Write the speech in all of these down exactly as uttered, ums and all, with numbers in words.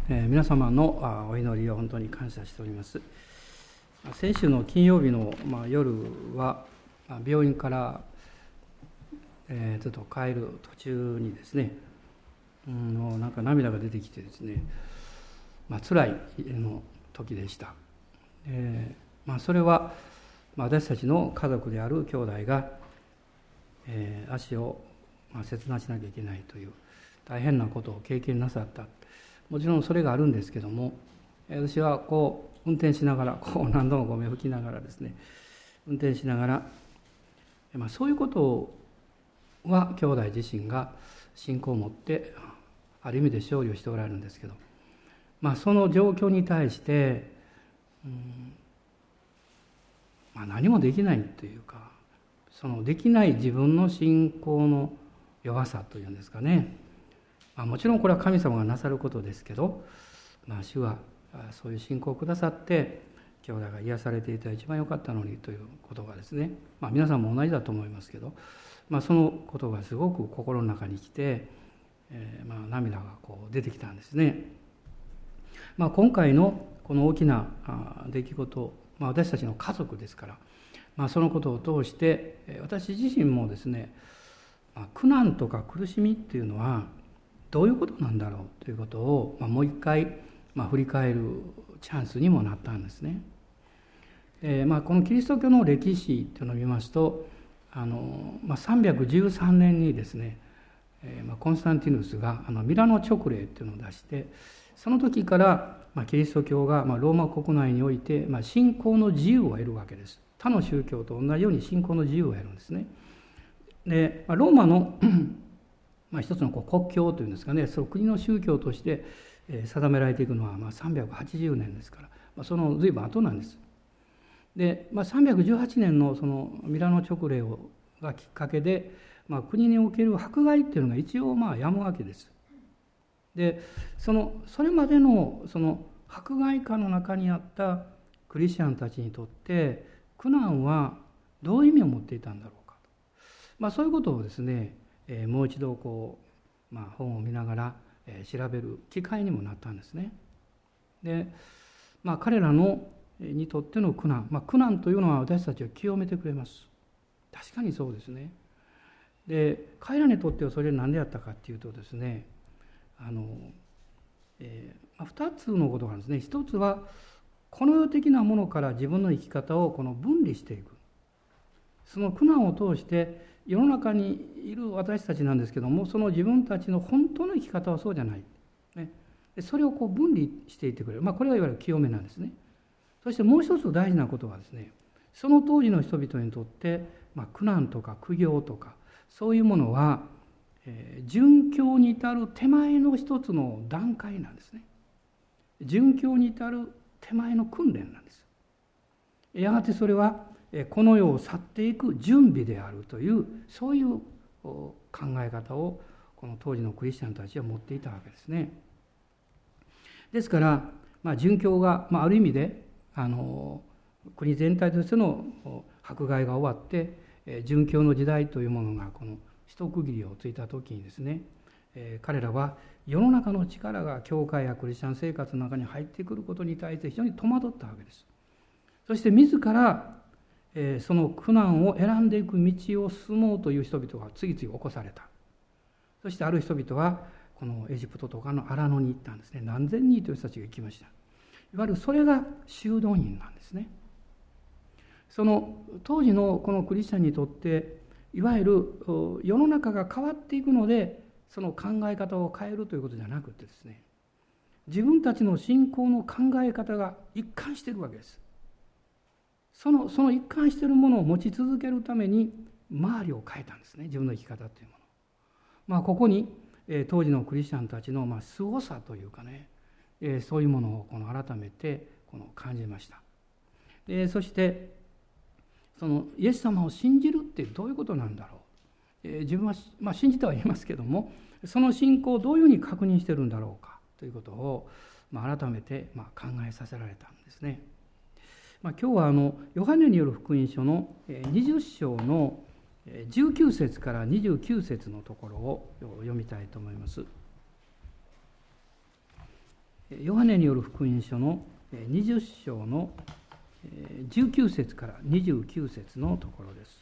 えー、皆様のお祈りを本当に感謝しております。先週の金曜日の、まあ、夜は病院から、えー、ちょっと帰る途中にですね、うん、もうなんか涙が出てきてですね、まあ辛いの時でした。えーまあ、それは、まあ、私たちの家族である兄弟が、えー、足を、まあ、切断しなきゃいけないという大変なことを経験なさった。もちろんそれがあるんですけども、私はこう運転しながらこう何度もごめん吹きながらですね、運転しながら、まあ、そういうことは兄弟自身が信仰を持ってある意味で勝利をしておられるんですけど、まあ、その状況に対して、うんまあ、何もできないというか、そのできない自分の信仰の弱さというんですかね、まあ、もちろんこれは神様がなさることですけど、まあ、主はそういう信仰をくださって兄弟が癒されていたら一番良かったのにということがですね、まあ、皆さんも同じだと思いますけど、まあ、そのことがすごく心の中に来て、えー、まあ涙がこう出てきたんですね。まあ、今回のこの大きな出来事、まあ、私たちの家族ですから、まあ、そのことを通して私自身もですね、まあ、苦難とか苦しみっていうのはどういうことなんだろうということを、まあ、もう一回、まあ、振り返るチャンスにもなったんですね。えーまあ、このキリスト教の歴史というのを見ますと、あの、まあ、さんびゃくじゅうさんねんにですね、えーまあ、コンスタンティヌスがあのミラノ勅令というのを出して、その時から、まあ、キリスト教が、まあ、ローマ国内において、まあ、信仰の自由を得るわけです。他の宗教と同じように信仰の自由を得るんですね。で、まあ、ローマのまあ、一つのこう国教というんですかね、その国の宗教として定められていくのはまあさんびゃくはちじゅうねんですから、まあ、その随分後なんです。で、まあ、さんびゃくじゅうはちねんのそのミラノ勅令がきっかけで、まあ、国における迫害っていうのが一応まあやむわけです。で、そのそれまでのその迫害下の中にあったクリスチャンたちにとって苦難はどういう意味を持っていたんだろうか、まあ、そういうことをですね、えー、もう一度こう、まあ、本を見ながら、えー、調べる機会にもなったんですね。で、まあ、彼らのにとっての苦難、まあ、苦難というのは私たちを清めてくれます。確かにそうですね。で、彼らにとってはそれは何でやったかっていうとですね、あの、えーまあ、ふたつのことがあるんですね。一つはこの世的なものから自分の生き方をこの分離していく。その苦難を通して世の中にいる私たちなんですけども、その自分たちの本当の生き方はそうじゃない、ね、それをこう分離していってくれる、まあ、これがいわゆる清めなんですね。そしてもう一つ大事なことはですね、その当時の人々にとって、まあ、苦難とか苦行とかそういうものは、えー、殉教に至る手前の一つの段階なんですね。殉教に至る手前の訓練なんです。やがてそれはこの世を去っていく準備であるという、そういう考え方をこの当時のクリスチャンたちは持っていたわけですね。ですから、まあ、殉教が、まあ、ある意味であの国全体としての迫害が終わって殉教の時代というものがこの一区切りをついた時にですね、えー、彼らは世の中の力が教会やクリスチャン生活の中に入ってくることに対して非常に戸惑ったわけです。そして自らその苦難を選んでいく道を進もうという人々が次々起こされた。そしてある人々はこのエジプトとかの荒野に行ったんですね。何千人という人たちが行きました。いわゆるそれが修道院なんですね。その当時のこのクリスチャンにとって、いわゆる世の中が変わっていくのでその考え方を変えるということじゃなくてですね、自分たちの信仰の考え方が一貫しているわけです。その、その一貫しているものを持ち続けるために周りを変えたんですね、自分の生き方というもの。まあ、ここに、えー、当時のクリスチャンたちの、まあ、凄さというかね、えー、そういうものをこの改めてこの感じました。で、そしてそのイエス様を信じるってどういうことなんだろう、えー、自分は、まあ、信じてはいますけども、その信仰をどういうふうに確認しているんだろうかということを、まあ、改めて、まあ、考えさせられたんですね。まあ、今日はあのヨハネによる福音書のにじゅっ章のじゅうきゅう節からにじゅうきゅう節のところを読みたいと思います。 ヨハネによる福音書のにじゅっ章のじゅうきゅう節からにじゅうきゅう節のところです。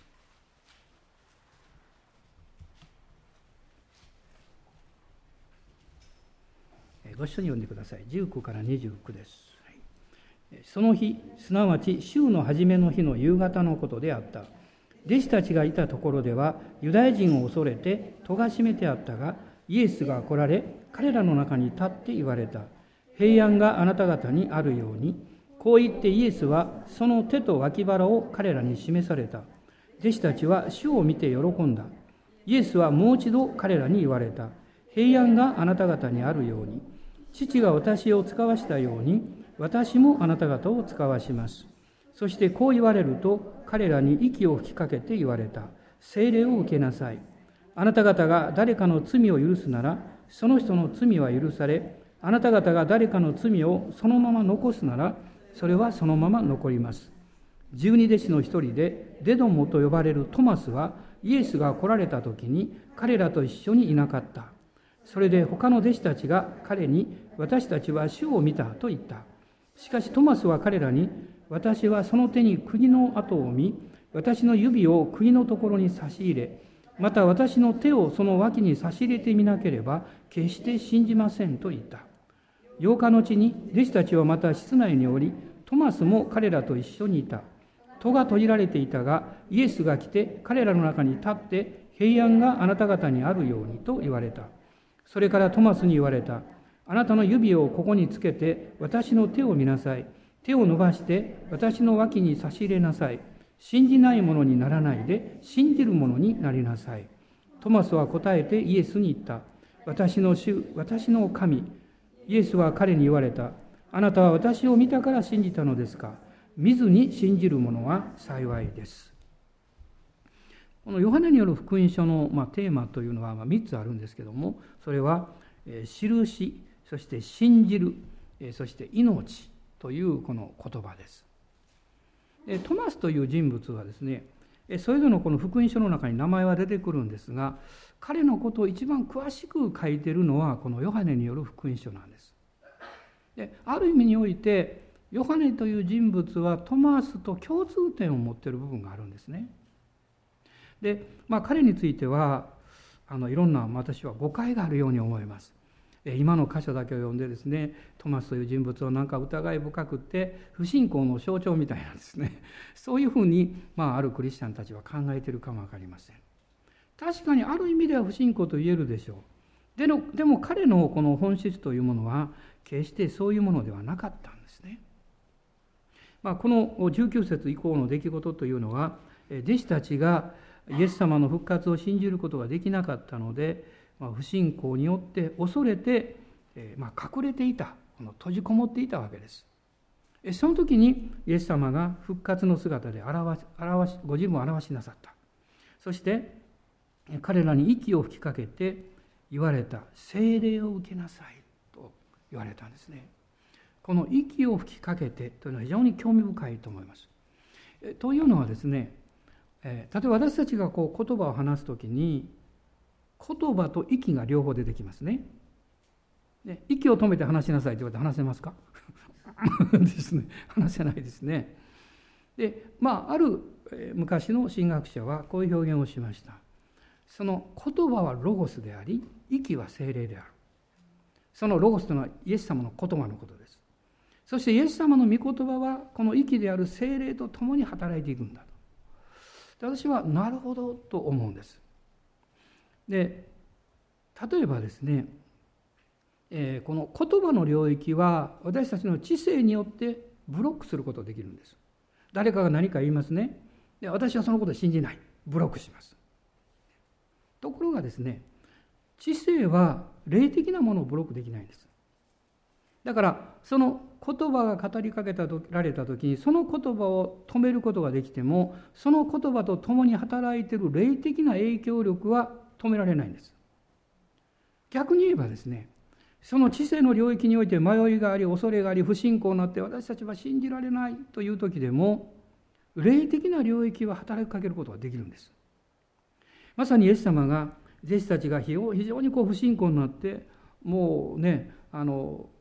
ご一緒に読んでください。じゅうきゅうからにじゅうきゅうです。その日、すなわち週の初めの日の夕方のことであった。弟子たちがいたところでは、ユダヤ人を恐れて戸が閉めてあったが、イエスが来られ、彼らの中に立って言われた。平安があなた方にあるように。こう言ってイエスはその手と脇腹を彼らに示された。弟子たちは主を見て喜んだ。イエスはもう一度彼らに言われた。平安があなた方にあるように。父が私を使わしたように、私もあなた方を使わします。そしてこう言われると、彼らに息を吹きかけて言われた。聖霊を受けなさい。あなた方が誰かの罪を許すなら、その人の罪は許され、あなた方が誰かの罪をそのまま残すなら、それはそのまま残ります。十二弟子の一人で、デドモと呼ばれるトマスは、イエスが来られた時に彼らと一緒にいなかった。それで他の弟子たちが彼に、私たちは主を見たと言った。しかしトマスは彼らに、私はその手に釘の跡を見、私の指を釘のところに差し入れ、また私の手をその脇に差し入れてみなければ、決して信じませんと言った。八日のちに弟子たちはまた室内におり、トマスも彼らと一緒にいた。戸が閉じられていたが、イエスが来て彼らの中に立って、平安があなた方にあるようにと言われた。それからトマスに言われた。あなたの指をここにつけて私の手を見なさい。手を伸ばして私の脇に差し入れなさい。信じないものにならないで信じるものになりなさい。トマスは答えてイエスに言った。私の主、私の神。イエスは彼に言われた。あなたは私を見たから信じたのですか。見ずに信じる者は幸いです。このヨハネによる福音書の、まあ、テーマというのは、まあ、みっつあるんですけども、それは、えー、印、そして信じる、えー、そして命というこの言葉です。でトマスという人物はですね、それぞれのこの福音書の中に名前は出てくるんですが、彼のことを一番詳しく書いているのはこのヨハネによる福音書なんです。である意味においてヨハネという人物はトマスと共通点を持っている部分があるんですね。で、まあ、彼についてはあのいろんな私は誤解があるように思います。今の箇所だけを読んでですね、トマスという人物をなんか疑い深くって不信仰の象徴みたいなんですね。そういうふうに、まあ、あるクリスチャンたちは考えているかもわかりません。確かにある意味では不信仰と言えるでしょう。でのでも彼のこの本質というものは決してそういうものではなかったんですね。まあ、このじゅうきゅう節以降の出来事というのは、弟子たちがイエス様の復活を信じることができなかったので、まあ、不信仰によって恐れて、えーまあ、隠れていた、閉じこもっていたわけです。その時にイエス様が復活の姿で表し、表し、ご自分を表しなさった。そして彼らに息を吹きかけて言われた。聖霊を受けなさいと言われたんですね。この息を吹きかけてというのは非常に興味深いと思います。というのはですね、例えば私たちがこう言葉を話すときに言葉と息が両方出てきますね。で息を止めて話しなさいと言われて話せますかですね。話せないですね。で、まあ、ある昔の神学者はこういう表現をしました。その言葉はロゴスであり、息は聖霊である。そのロゴスというのはイエス様の言葉のことです。そしてイエス様の御言葉はこの息である聖霊と共に働いていくんだと。で私はなるほどと思うんです。で例えばですね、えー、この言葉の領域は私たちの知性によってブロックすることができるんです。誰かが何か言いますね。で私はそのことを信じない。ブロックします。ところがですね、知性は霊的なものをブロックできないんです。だからその言葉が語りかけられた時にその言葉を止めることができても、その言葉と共に働いている霊的な影響力は止められないんです。逆に言えばですね、その知性の領域において迷いがあり、恐れがあり、不信仰になって私たちは信じられないという時でも、霊的な領域は働きかけることができるんです。まさにイエス様が弟子たちが非常にこう不信仰になって、もうね、あの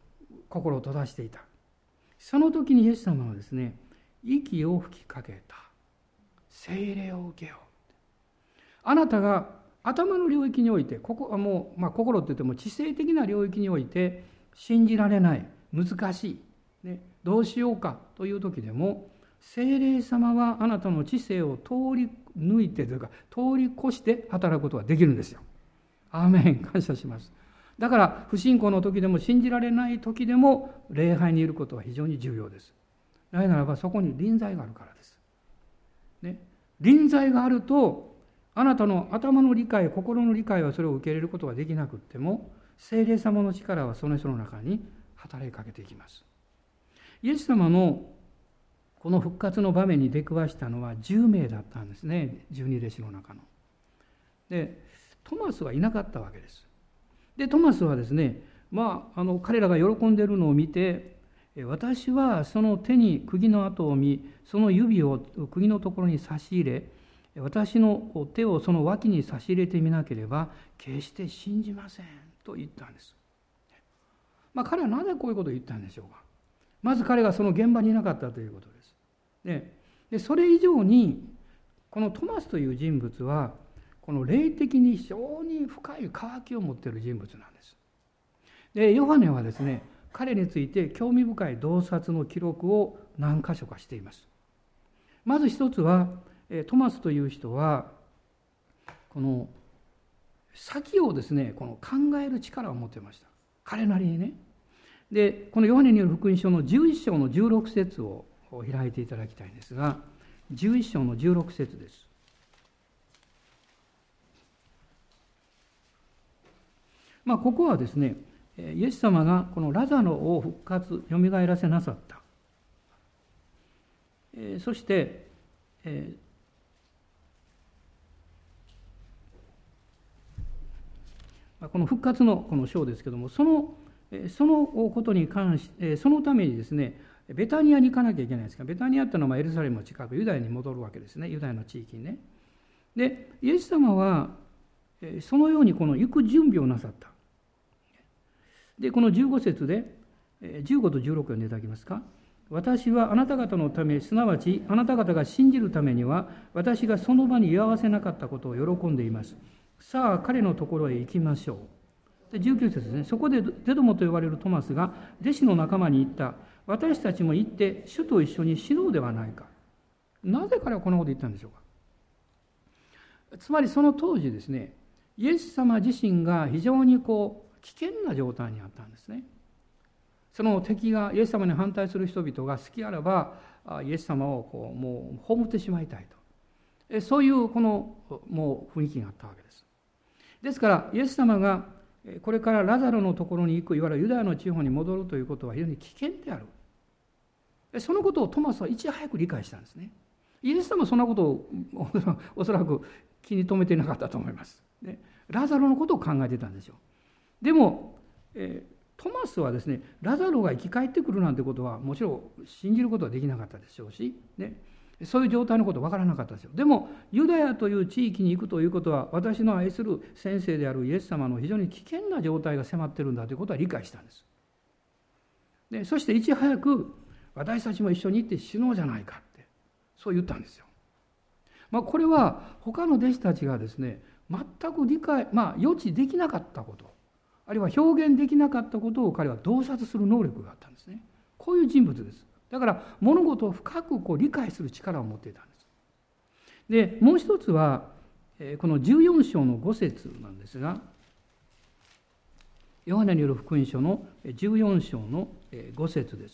心を閉ざしていた。その時にイエス様はですね、息を吹きかけた。聖霊を受けよう。あなたが頭の領域において、ここはもう、まあ、心って言っても知性的な領域において信じられない、難しい、ね、どうしようかという時でも、聖霊様はあなたの知性を通り抜いてというか、通り越して働くことができるんですよ。アーメン、感謝します。だから不信仰の時でも信じられない時でも礼拝にいることは非常に重要です。なぜならばそこに臨在があるからです。ね、臨在があると、あなたの頭の理解、心の理解はそれを受け入れることができなくっても、聖霊様の力はその人の中に働きかけていきます。イエス様のこの復活の場面に出くわしたのはじゅうめいだったんですね、十二弟子の中の。で、トマスはいなかったわけです。で、トマスはですね、まあ、あの彼らが喜んでいるのを見て、私はその手に釘の跡を見、その指を釘のところに差し入れ、私の手をその脇に差し入れてみなければ決して信じませんと言ったんです。まあ、彼はなぜこういうことを言ったんでしょうか。まず彼がその現場にいなかったということです。で、でそれ以上にこのトマスという人物はこの霊的に非常に深い渇きを持っている人物なんです。で、ヨハネはですね、彼について興味深い洞察の記録を何箇所かしています。まず一つは、トマスという人はこの先をですね、この考える力を持っていました。彼なりにね。で、このヨハネによる福音書のじゅういっ章のじゅうろく節を開いていただきたいんですが、じゅういっ章のじゅうろく節です。まあ、ここはですね、イエス様がこのラザロを復活、よみがえらせなさった。えー、そして、えーこの復活のこの章ですけども、そのそのことに関し、そのためにですね、ベタニアに行かなきゃいけないんですが、ベタニアっていうのはエルサレムの近く、ユダヤに戻るわけですね、ユダヤの地域にね。で、イエス様はそのようにこの行く準備をなさった。で、このじゅうご節で、じゅうごとじゅうろくを読んでいただけますか。私はあなた方のため、すなわちあなた方が信じるためには、私がその場に居合わせなかったことを喜んでいます。さあ彼のところへ行きましょう。で、じゅうきゅう節ですね。そこでデドモと呼ばれるトマスが弟子の仲間に言った。私たちも行って主と一緒に死のうではないか。なぜ彼はこんなこと言ったんでしょうか。つまりその当時ですね、イエス様自身が非常にこう危険な状態にあったんですね。その敵がイエス様に反対する人々が好きあらばイエス様をこうもう葬ってしまいたいと、そういうこのもう雰囲気があったわけです。ですからイエス様がこれからラザロのところに行く、いわゆるユダヤの地方に戻るということは非常に危険である。そのことをトマスはいち早く理解したんですね。イエス様はそんなことをおそらく気に留めていなかったと思います。ラザロのことを考えてたんでしょう。でも、えー、トマスはですね、ラザロが生き返ってくるなんてことはもちろん信じることはできなかったでしょうし、ね、そういう状態のことは分からなかったですよ。でもユダヤという地域に行くということは、私の愛する先生であるイエス様の非常に危険な状態が迫っているんだということは理解したんです。で、そしていち早く私たちも一緒に行って死のうじゃないかってそう言ったんですよ。まあ、これは他の弟子たちがですね、全く理解、まあ予知できなかったこと、あるいは表現できなかったことを彼は洞察する能力があったんですね。こういう人物です。だから物事を深くこう理解する力を持っていたんです。で、もう一つはこのじゅうよん章のご節なんですが、ヨハネによる福音書のじゅうよん章のご節です。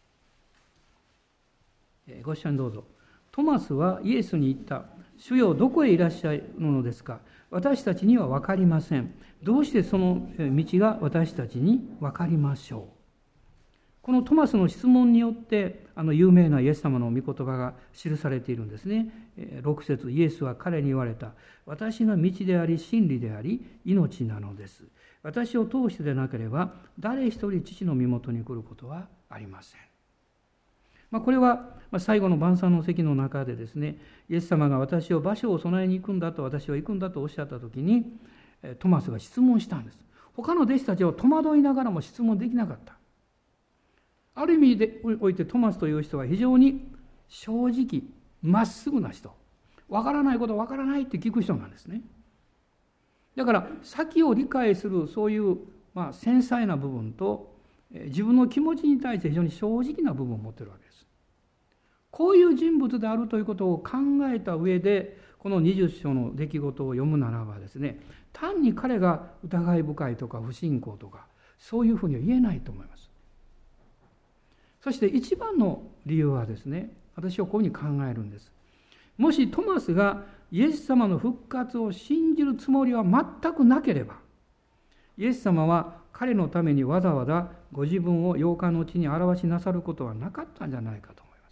ご一緒にどうぞ。トマスはイエスに言った。主よ、どこへいらっしゃるのですか。私たちには分かりません。どうしてその道が私たちに分かりましょう。このトマスの質問によってあの有名なイエス様の御言葉が記されているんですね。ろく節、イエスは彼に言われた。私が道であり真理であり命なのです。私を通してでなければ誰一人父の身元に来ることはありません。まあ、これは最後の晩餐の席の中でですね、イエス様が私を場所を備えに行くんだと、私は行くんだとおっしゃったときに、トマスが質問したんです。他の弟子たちは戸惑いながらも質問できなかった。 ある意味でおいてトマスという人は非常に正直まっすぐな人、わからないことわからないって聞く人なんですね。だから先を理解するそういう、まあ、繊細な部分と自分の気持ちに対して非常に正直な部分を持っているわけです。こういう人物であるということを考えた上でこのにじゅっ章の出来事を読むならばですね、単に彼が疑い深いとか不信仰とかそういうふうには言えないと思います。そして一番の理由はですね、私はこういうふうに考えるんです。もしトマスがイエス様の復活を信じるつもりは全くなければ、イエス様は彼のためにわざわざご自分を八日のうちに表しなさることはなかったんじゃないかと思います。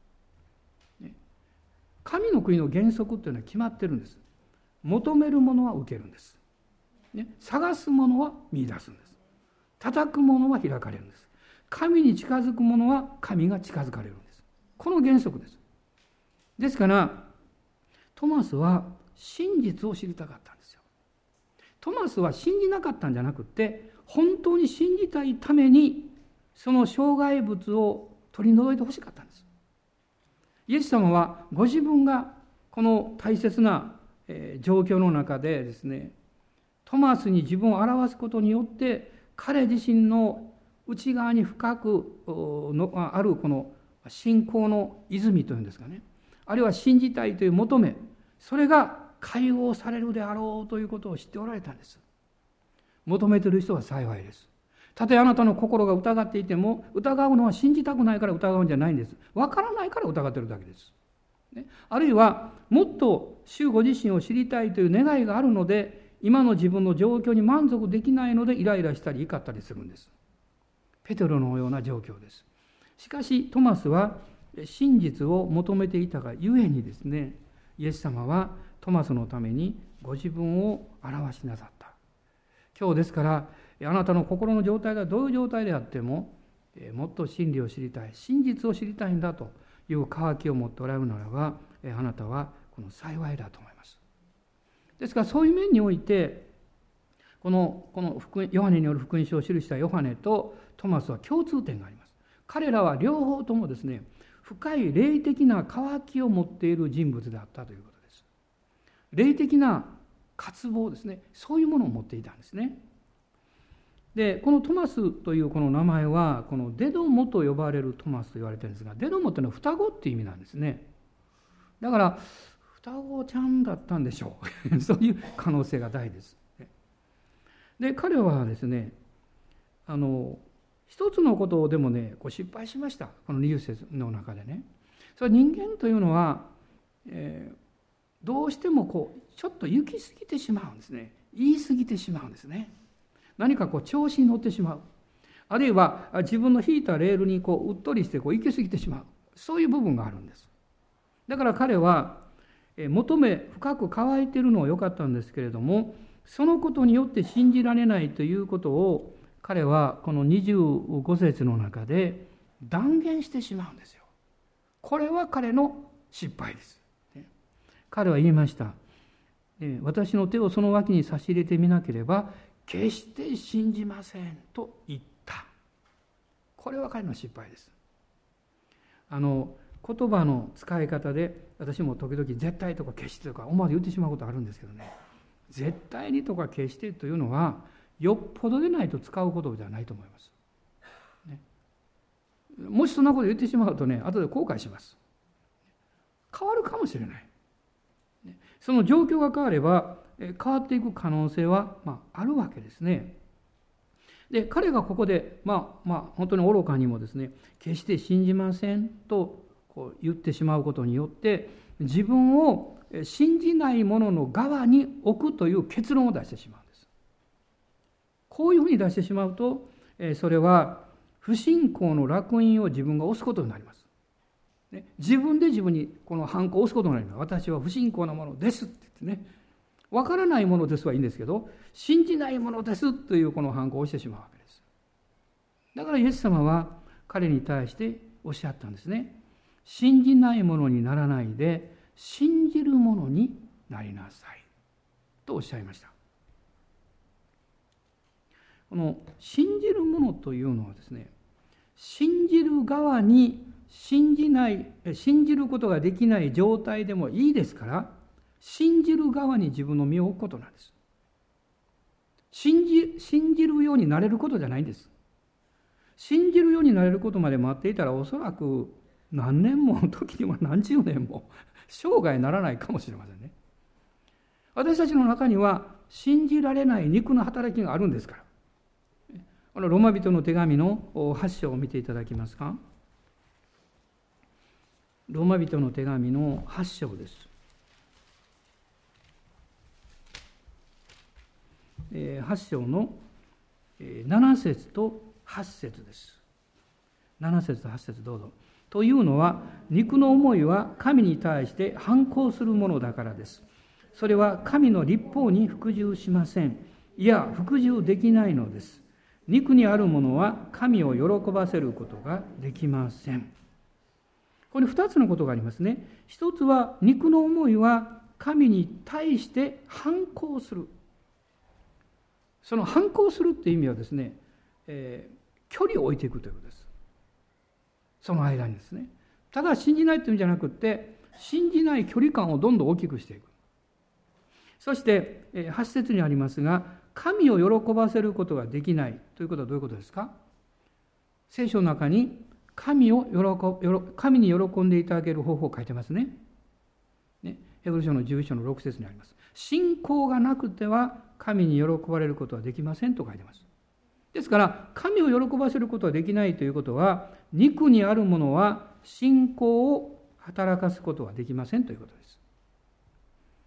神の国の原則っていうのは決まってるんです。求めるものは受けるんです。探すものは見出すんです。叩くものは開かれるんです。神に近づくものは神が近づかれるんです。この原則です。ですからトマスは真実を知りたかったんですよ。トマスは信じなかったんじゃなくて、本当に信じたいためにその障害物を取り除いてほしかったんです。イエス様はご自分がこの大切な状況の中でですね、トマスに自分を表すことによって彼自身の内側に深くあるこの信仰の泉というんですかね、あるいは信じたいという求め、それが解放されるであろうということを知っておられたんです。求めている人は幸いです。たとえあなたの心が疑っていても、疑うのは信じたくないから疑うんじゃないんです。わからないから疑っているだけです。ね、あるいはもっと主ご自身を知りたいという願いがあるので、今の自分の状況に満足できないのでイライラしたり怒ったりするんです。ペテロのような状況です。しかしトマスは真実を求めていたがゆえにですね、イエス様はトマスのためにご自分を表しなさった。今日ですからあなたの心の状態がどういう状態であっても、もっと真理を知りたい、真実を知りたいんだという渇きを持っておられるならば、あなたはこの幸いだと思います。ですからそういう面においてこのこの福音ヨハネによる福音書を記したヨハネとトマスは共通点があります。彼らは両方ともですね、深い霊的な渇きを持っている人物であったということです。霊的な渇望ですね、そういうものを持っていたんですね。でこのトマスというこの名前はこのデドモと呼ばれるトマスと言われているんですが、デドモというのは双子っていう意味なんですね。だから双子ちゃんだったんでしょうそういう可能性が大です。で彼はですね、あの一つのことをでもねこう失敗しました。このにじゅっ節の中でね、それは人間というのは、えー、どうしてもこうちょっと行き過ぎてしまうんですね。言い過ぎてしまうんですね。何かこう調子に乗ってしまう、あるいは自分の引いたレールにこううっとりしてこう行き過ぎてしまう、そういう部分があるんです。だから彼は求め深く乾いているのは良かったんですけれども、そのことによって信じられないということを彼はこのにじゅうご節の中で断言してしまうんですよ。これは彼の失敗です。彼は言いました。私の手をその脇に差し入れてみなければ決して信じませんと言った。これは彼の失敗です。あの言葉の使い方で私も時々絶対とか決してとか思わず言ってしまうことあるんですけどね、絶対にとか決してというのはよっぽどでないと使うことじゃないと思います、ね、もしそんなこと言ってしまうとね、後で後悔します。変わるかもしれない、ね、その状況が変われば変わっていく可能性は、まあ、あるわけですね。で彼がここで、まあまあ、本当に愚かにもですね、決して信じませんとこう言ってしまうことによって自分を信じない者の側に置くという結論を出してしまうんです。こういうふうに出してしまうと、それは不信仰の烙印を自分が押すことになります。自分で自分にこのハンコを押すことになります。私は不信仰なものですって言ってね、わからないものですはいいんですけど、信じないものですというこのハンコを押してしまうわけです。だからイエス様は彼に対しておっしゃったんですね。信じないものにならないで信じるものになりなさいとおっしゃいました。この信じるものというのはですね、 信じる側に信じない、信じることができない状態でもいいですから、信じる側に自分の身を置くことなんです。信じ、信じるようになれることじゃないんです。信じるようになれることまで待っていたら、おそらく何年も、時には何十年も生涯ならないかもしれませんね。私たちの中には信じられない肉の働きがあるんですから。このローマ人の手紙のはち章を見ていただけますか。ローマ人の手紙のはち章です。はち章のなな節とはち節です。なな節とはち節どうぞ。というのは、肉の思いは神に対して反抗するものだからです。それは神の律法に服従しません。いや、服従できないのです。肉にあるものは神を喜ばせることができません。これ二つのことがありますね。一つは、肉の思いは神に対して反抗する。その反抗するっていう意味はですね、えー、距離を置いていくということです。その間にですね。ただ信じないというんじゃなくて、信じない距離感をどんどん大きくしていく。そして、えー、はち節にありますが、神を喜ばせることができないということはどういうことですか。聖書の中に神を喜神に喜んでいただける方法を書いてますね。ね、ヘブル書のじゅういち章のろく節にあります。信仰がなくては神に喜ばれることはできませんと書いてます。ですから神を喜ばせることはできないということは、肉にあるものは信仰を働かすことはできませんということです。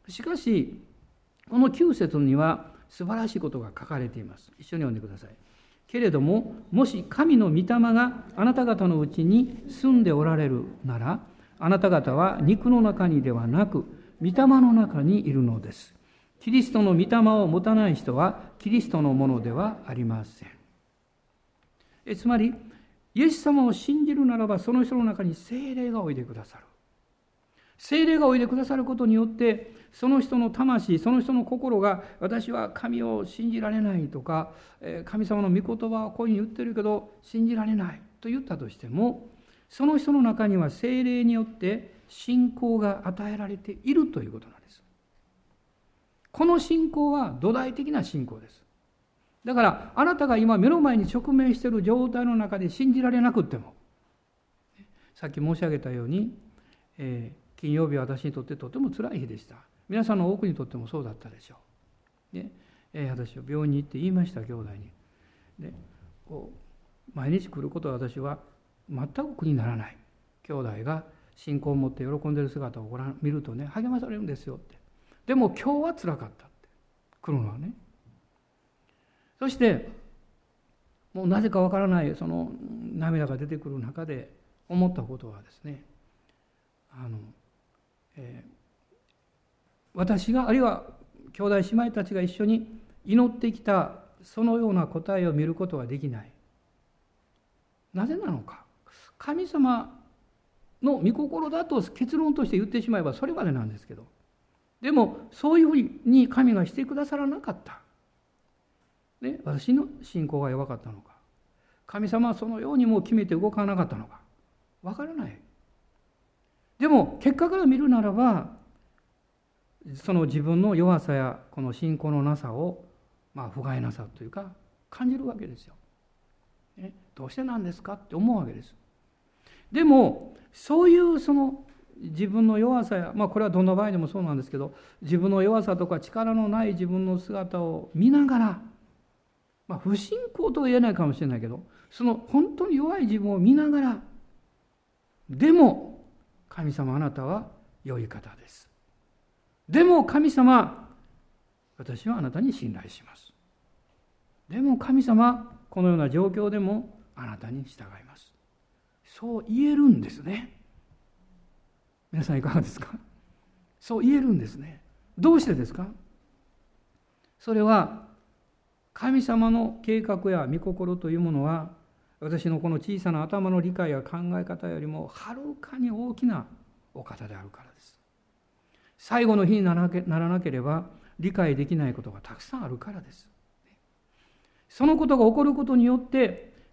しかしこのきゅう節には素晴らしいことが書かれています。一緒に読んでください。けれども、もし神の御霊があなた方のうちに住んでおられるなら、あなた方は肉の中にではなく、御霊の中にいるのです。キリストの御霊を持たない人は、キリストのものではありません。えつまり、イエス様を信じるならば、その人の中に聖霊がおいでくださる。聖霊がおいでくださることによって、その人の魂、その人の心が、私は神を信じられないとか、神様の御言葉をこういうふうに言ってるけど信じられないと言ったとしても、その人の中には聖霊によって信仰が与えられているということなんです。この信仰は土台的な信仰です。だからあなたが今目の前に直面している状態の中で信じられなくっても、さっき申し上げたように、えー、金曜日は私にとってとても辛い日でした。皆さんの多くにとってもそうだったでしょう。ねえー、私は病院に行って言いました、兄弟に。でこう毎日来ることは私は全く苦にならない。兄弟が信仰を持って喜んでいる姿をご覧見るとね、励まされるんですよって。でも今日は辛かったって来るのはね。そしてもうなぜかわからないその涙が出てくる中で思ったことはですね、あの、えー私があるいは兄弟姉妹たちが一緒に祈ってきたそのような答えを見ることはできない。なぜなのか。神様の御心だと結論として言ってしまえばそれまでなんですけど、でもそういうふうに神がしてくださらなかった。ね、私の信仰が弱かったのか、神様はそのようにもう決めて動かなかったのか、わからない。でも結果から見るならば、その自分の弱さやこの信仰のなさを、まあ不甲斐なさというか感じるわけですよ。ね、どうしてなんですかって思うわけです。でもそういうその自分の弱さや、まあこれはどんな場合でもそうなんですけど、自分の弱さとか力のない自分の姿を見ながら、まあ不信仰とは言えないかもしれないけど、その本当に弱い自分を見ながら、でも神様あなたは良い方です。でも神様、私はあなたに信頼します。でも神様、このような状況でもあなたに従います。そう言えるんですね。皆さんいかがですか？そう言えるんですね。どうしてですか？それは神様の計画や御心というものは、私のこの小さな頭の理解や考え方よりもはるかに大きなお方であるからです。最後の日にならなければ理解できないことがたくさんあるからです。そのことが起こることによって、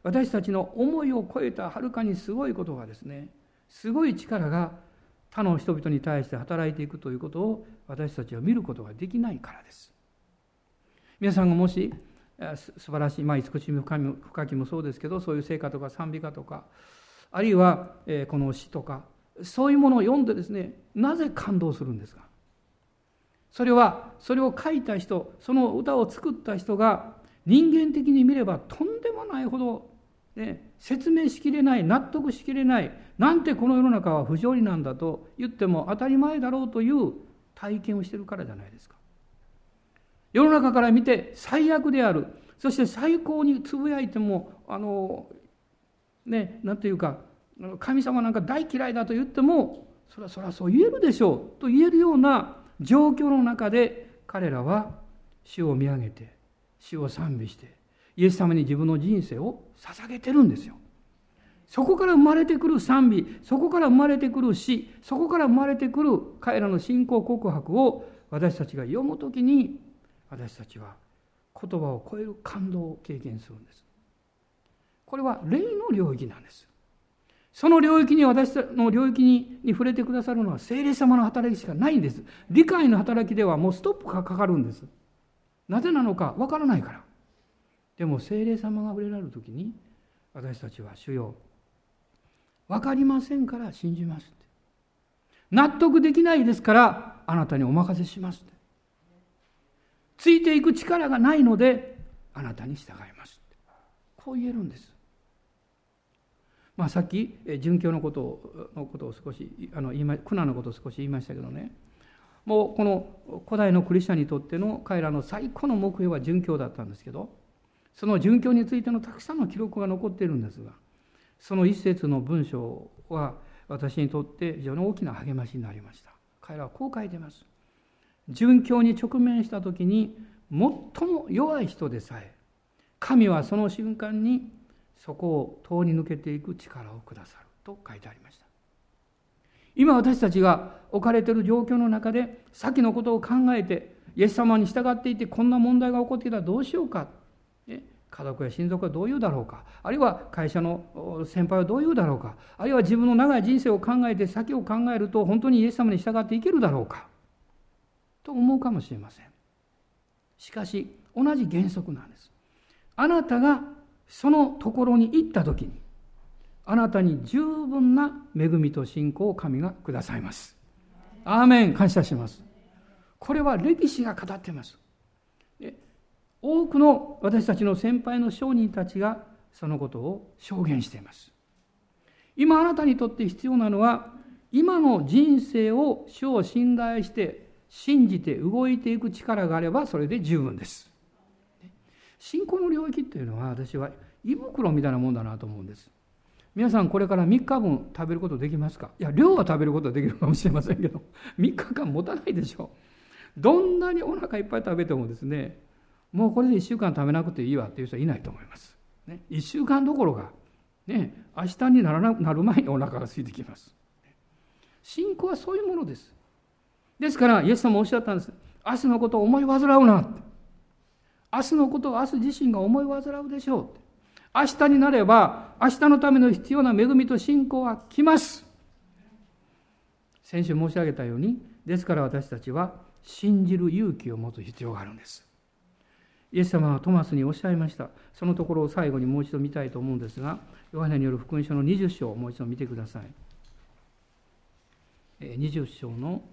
私たちの思いを超えたはるかにすごいことがですね、すごい力が他の人々に対して働いていくということを私たちは見ることができないからです。皆さんがもし素晴らしい、まあ、慈しみ深きもそうですけど、そういう聖歌とか賛美歌とか、あるいはこの詩とか、そういうものを読んでですね、なぜ感動するんですか。それはそれを書いた人、その歌を作った人が人間的に見ればとんでもないほど、ね、説明しきれない、納得しきれない、なんてこの世の中は不条理なんだと言っても当たり前だろうという体験をしているからじゃないですか。世の中から見て最悪である、そして最高につぶやいてもあのね、なんていうか、神様なんか大嫌いだと言ってもそれはそれはそう言えるでしょうと言えるような状況の中で、彼らは主を見上げて主を賛美してイエス様に自分の人生を捧げてるんですよ。そこから生まれてくる賛美、そこから生まれてくる詩、そこから生まれてくる彼らの信仰告白を私たちが読むときに、私たちは言葉を超える感動を経験するんです。これは霊の領域なんです。その領域に、私の領域にに触れてくださるのは聖霊様の働きしかないんです。理解の働きではもうストップがかかるんです。なぜなのかわからないから。でも聖霊様が触れられるときに、私たちは主よ、わかりませんから信じますって、納得できないですからあなたにお任せしますって、ついていく力がないのであなたに従いますって、こう言えるんです。まあ、さっき殉教のことをのことを少しあの言いま苦難のことを少し言いましたけどね、もうこの古代のクリスチャンにとっての彼らの最高の目標は殉教だったんですけど、その殉教についてのたくさんの記録が残っているんですが、その一節の文章は私にとって非常に大きな励ましになりました。彼らはこう書いています。殉教に直面した時に最も弱い人でさえ、神はその瞬間にそこを通り抜けていく力をくださると書いてありました。今私たちが置かれている状況の中で、先のことを考えてイエス様に従っていて、こんな問題が起こってきたらどうしようか、家族や親族はどう言うだろうか、あるいは会社の先輩はどう言うだろうか、あるいは自分の長い人生を考えて先を考えると本当にイエス様に従っていけるだろうかと思うかもしれません。しかし同じ原則なんです。あなたがそのところに行ったときに、あなたに十分な恵みと信仰を神がくださいます。アーメン、感謝します。これは歴史が語っています。多くの私たちの先輩の証人たちがそのことを証言しています。今あなたにとって必要なのは、今の人生を主を信頼して信じて動いていく力があればそれで十分です。信仰の領域っていうのは、私は胃袋みたいなもんだなと思うんです。皆さんこれからみっかぶん食べることできますか？いや、量は食べることはできるかもしれませんけど、みっかかん持たないでしょう。どんなにお腹いっぱい食べてもですね、もうこれでいっしゅうかん食べなくていいわっていう人はいないと思います。ね、いっしゅうかんどころか、ね、明日にならな、なる前にお腹が空いてきます。信仰はそういうものです。ですからイエス様もおっしゃったんです。明日のことを思い煩うなって。明日のことを明日自身が思い煩うでしょうって。明日になれば明日のための必要な恵みと信仰は来ます。先週申し上げたように、ですから私たちは信じる勇気を持つ必要があるんです。イエス様はトマスにおっしゃいました。そのところを最後にもう一度見たいと思うんですが、ヨハネによる福音書のにじゅっ章をもう一度見てください。にじゅっ章の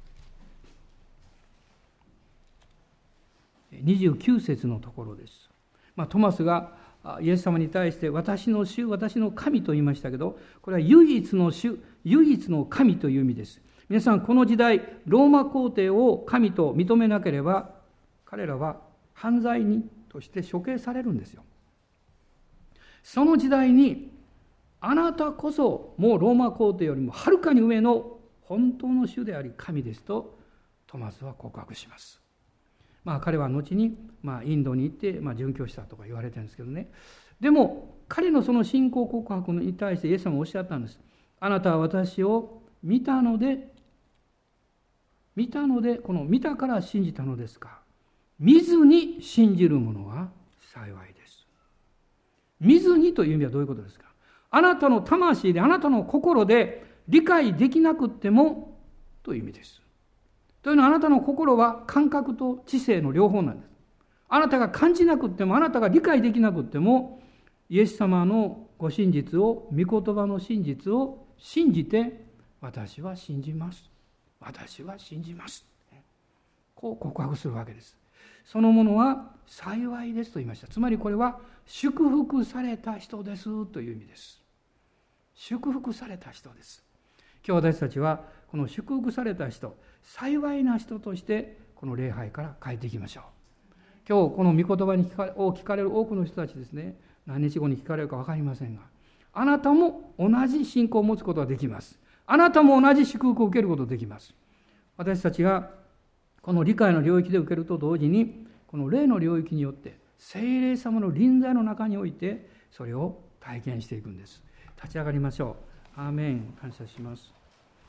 にじゅうきゅう節のところです。まあ、トマスがイエス様に対して私の主、私の神と言いましたけど、これは唯一の主、唯一の神という意味です。皆さん、この時代ローマ皇帝を神と認めなければ、彼らは犯罪人として処刑されるんですよ。その時代にあなたこそもうローマ皇帝よりもはるかに上の本当の主であり神ですとトマスは告白します。まあ彼は後にまあインドに行ってまあ殉教したとか言われてるんですけどね。でも彼のその信仰告白に対してイエス様はおっしゃったんです。あなたは私を見たので見たのでこの見たから信じたのですか。見ずに信じる者は幸いです。 水にという意味はどういうことですか？あなたの魂で、あなたの心で理解できなくってもという意味です。というのは、あなたの心は感覚と知性の両方なんです。あなたが感じなくっても、あなたが理解できなくっても、イエス様のご真実を、御言葉の真実を信じて、私は信じます。私は信じます。こう告白するわけです。そのものは幸いですと言いました。つまりこれは祝福された人ですという意味です。祝福された人です。今日私たちはこの祝福された人、幸いな人としてこの礼拝から帰っていきましょう。今日この御言葉に聞かを聞かれる多くの人たちですね、何日後に聞かれるか分かりませんが、あなたも同じ信仰を持つことができます。あなたも同じ祝福を受けることができます。私たちがこの理解の領域で受けると同時に、この霊の領域によって聖霊様の臨在の中においてそれを体験していくんです。立ち上がりましょう。アーメン。感謝します。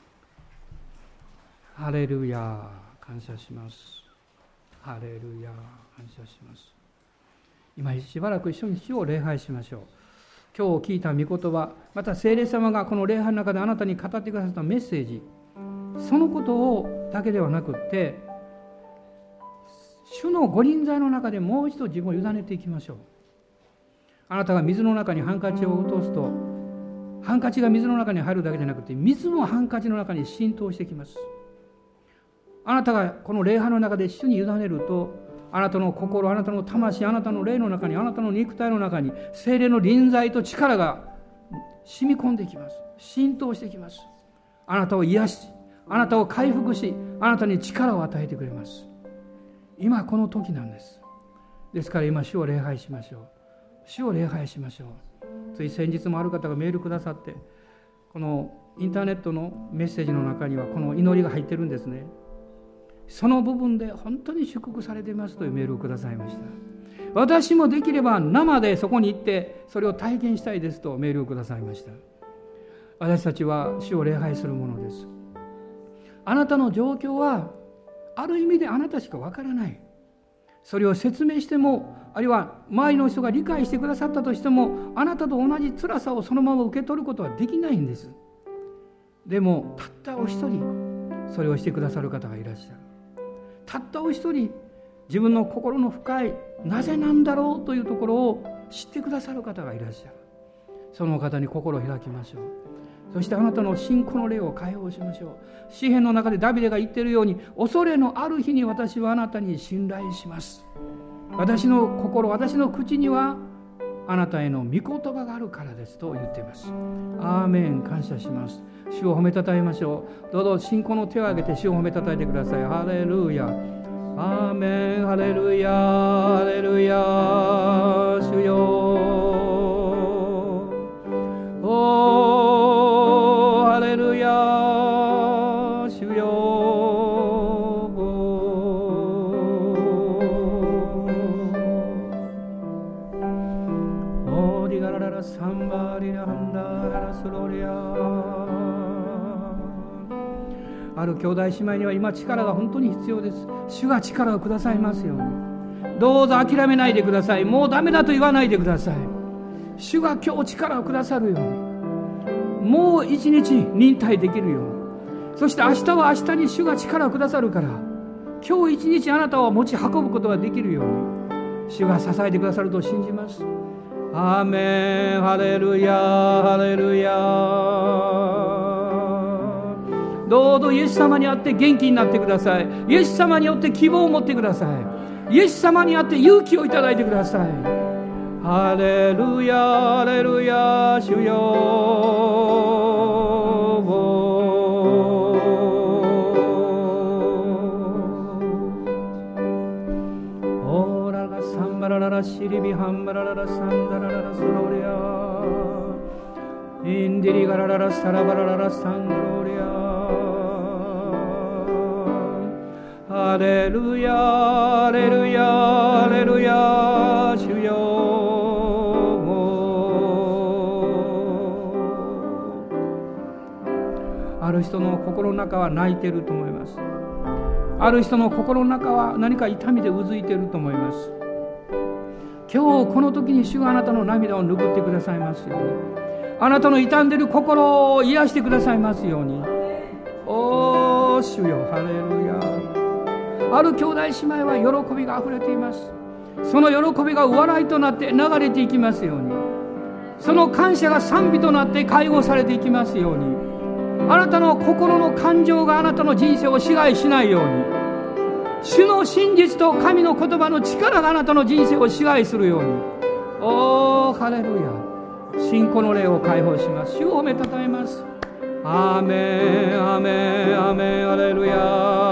ハレルヤ。感謝します。ハレルヤ。感謝します。今しばらく一緒に主を礼拝しましょう。今日聞いた御言葉、また聖霊様がこの礼拝の中であなたに語ってくださったメッセージ、そのことをだけではなくって、主のご臨在の中でもう一度自分を委ねていきましょう。あなたが水の中にハンカチを落とすと、ハンカチが水の中に入るだけじゃなくて、水もハンカチの中に浸透してきます。あなたがこの礼拝の中で主に委ねると、あなたの心、あなたの魂、あなたの霊の中に、あなたの肉体の中に聖霊の臨在と力が染み込んできます。浸透してきます。あなたを癒し、あなたを回復し、あなたに力を与えてくれます。今この時なんです。ですから今主を礼拝しましょう。主を礼拝しましょう。つい先日もある方がメールくださって、このインターネットのメッセージの中にはこの祈りが入ってるんですね。その部分で本当に祝福されていますというメールをくださいました。私もできれば生でそこに行ってそれを体験したいですとメールをくださいました。私たちは主を礼拝するものです。あなたの状況はある意味であなたしかわからない。それを説明しても、あるいは周りの人が理解してくださったとしても、あなたと同じ辛さをそのまま受け取ることはできないんです。でもたったお一人それをしてくださる方がいらっしゃる。たったお一人、自分の心の深いなぜなんだろうというところを知ってくださる方がいらっしゃる。その方に心を開きましょう。そしてあなたの信仰の霊を解放しましょう。詩篇の中でダビデが言っているように、恐れのある日に私はあなたに信頼します。私の心、私の口にはあなたへの御言葉があるからですと言っています。アーメン。感謝します。主を褒めたたえましょう。どうぞ信仰の手を挙げて主を褒めたたえてください。ハレルヤ。アーメン。ハレルヤ。ハレルヤ。主よ。おー、ハレルヤ。主よ。オーディガラララサンバリラハンダララスロリア。ある兄弟姉妹には今力が本当に必要です。主が力をくださいますように。どうぞ諦めないでください。もうダメだと言わないでください。主が今日力をくださるように、もう一日忍耐できるように、そして明日は明日に主が力をくださるから、今日一日あなたを持ち運ぶことができるように主が支えてくださると信じます。アーメン。ハレルヤ。ハレルヤ。どうぞイエス様にあって元気になってください。イエス様によって希望を持ってください。イエス様にあって勇気をいただいてください。ハレルヤ。ハレルヤ。主よ。オーララサンバラララシリビハンバラララサンダラララスロリアインディリガラララサラバラララサンドロリア。ハレルヤ。ハレルヤ。ハレルヤ。主よ。ある人の心の中は泣いていると思います。ある人の心の中は何か痛みでうずいていると思います。 今日この時に主があなたの涙を拭ってくださいますように、あなたの傷んでいる心を癒してくださいますように。おー主よ、ハレルヤ。ある兄弟姉妹は喜びがあふれています。その喜びが笑いとなって流れていきますように、その感謝が賛美となって解放されていきますように、あなたの心の感情があなたの人生を支配しないように、主の真実と神の言葉の力があなたの人生を支配するように。おーハレルヤ。信仰の霊を解放します。主を褒めたたえます。アーメンアーメンアーメンハレルヤ。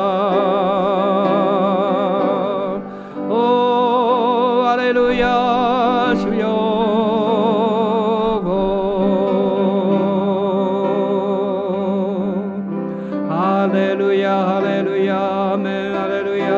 おーハレルヤ。主よハレルヤハレルヤアーメンハレルヤ。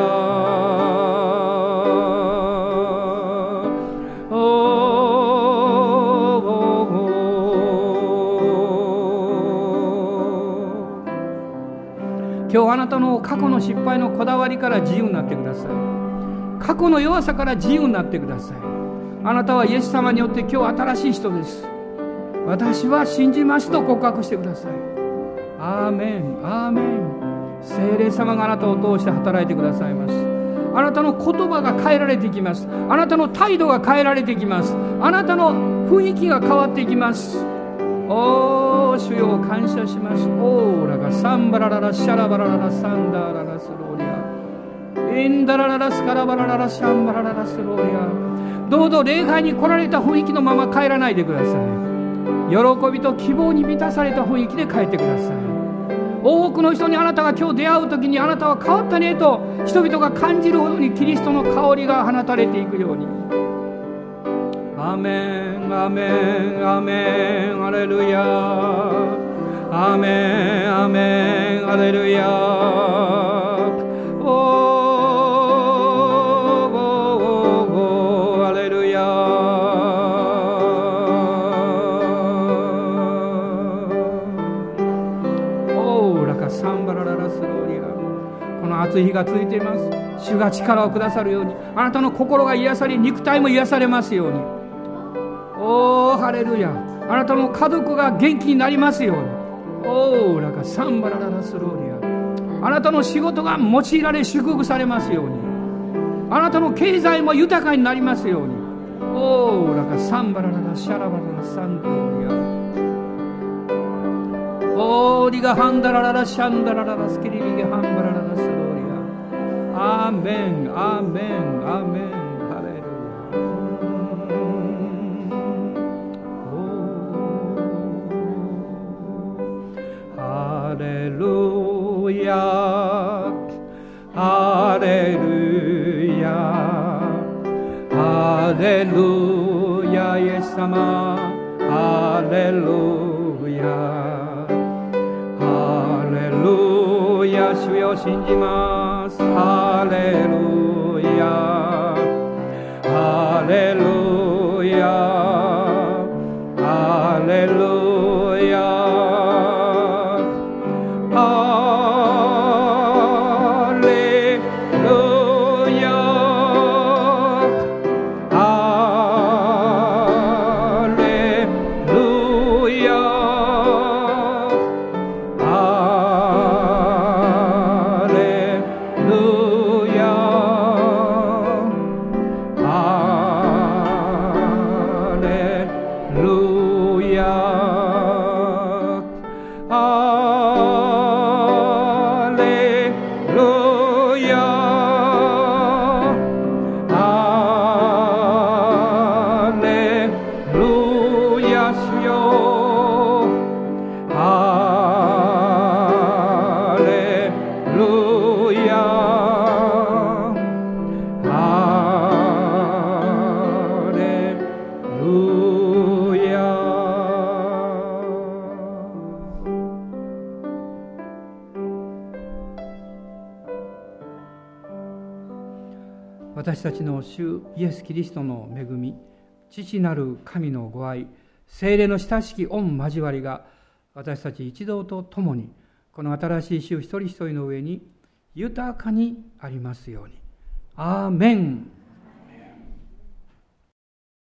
今日あなたの過去の失敗のこだわりから自由になってください。過去の弱さから自由になってください。あなたはイエス様によって今日新しい人です。私は信じますと告白してください。アーメンアーメン。聖霊様があなたを通して働いてくださいます。あなたの言葉が変えられていきます。あなたの態度が変えられていきます。あなたの雰囲気が変わっていきます。おー主よ感謝します。オーラがサンバラララシャラバラララサンダーララスローリアインダラララスカラバラララシャンバラララスローリア。どうぞ礼拝に来られた雰囲気のまま帰らないでください。喜びと希望に満たされた雰囲気で帰ってください。多くの人にあなたが今日出会う時に、あなたは変わったねと人々が感じるほどにキリストの香りが放たれていくように。アーメンアーメンアーメンハレルヤアーメンアーメンハレルヤ。おーおーおーハレルヤ。おーラカサンバラララスローリア。この暑い日が続いています。主が力をくださるように、あなたの心が癒され、肉体も癒されますように。おーハレルヤ。あなたの家族が元気になりますように。おーラカサンバラララスローリア。あなたの仕事が用いられ祝福されますように。あなたの経済も豊かになりますように。おーラカサンバラララシャラバララサンドローリア。おーリガハンダラララシャンダラララスキリリゲハンバラララスローリア。アーメンアーメンアーメン。ハレルヤハレルヤハレルヤイエス様ハレルヤハレルヤ主よ信じます。ハレルヤハレルヤハレルヤ私たちの主イエス・キリストの恵み、父なる神のご愛、聖霊の親しき御交わりが私たち一同と共にこの新しい主一人一人の上に豊かにありますように。アーメン。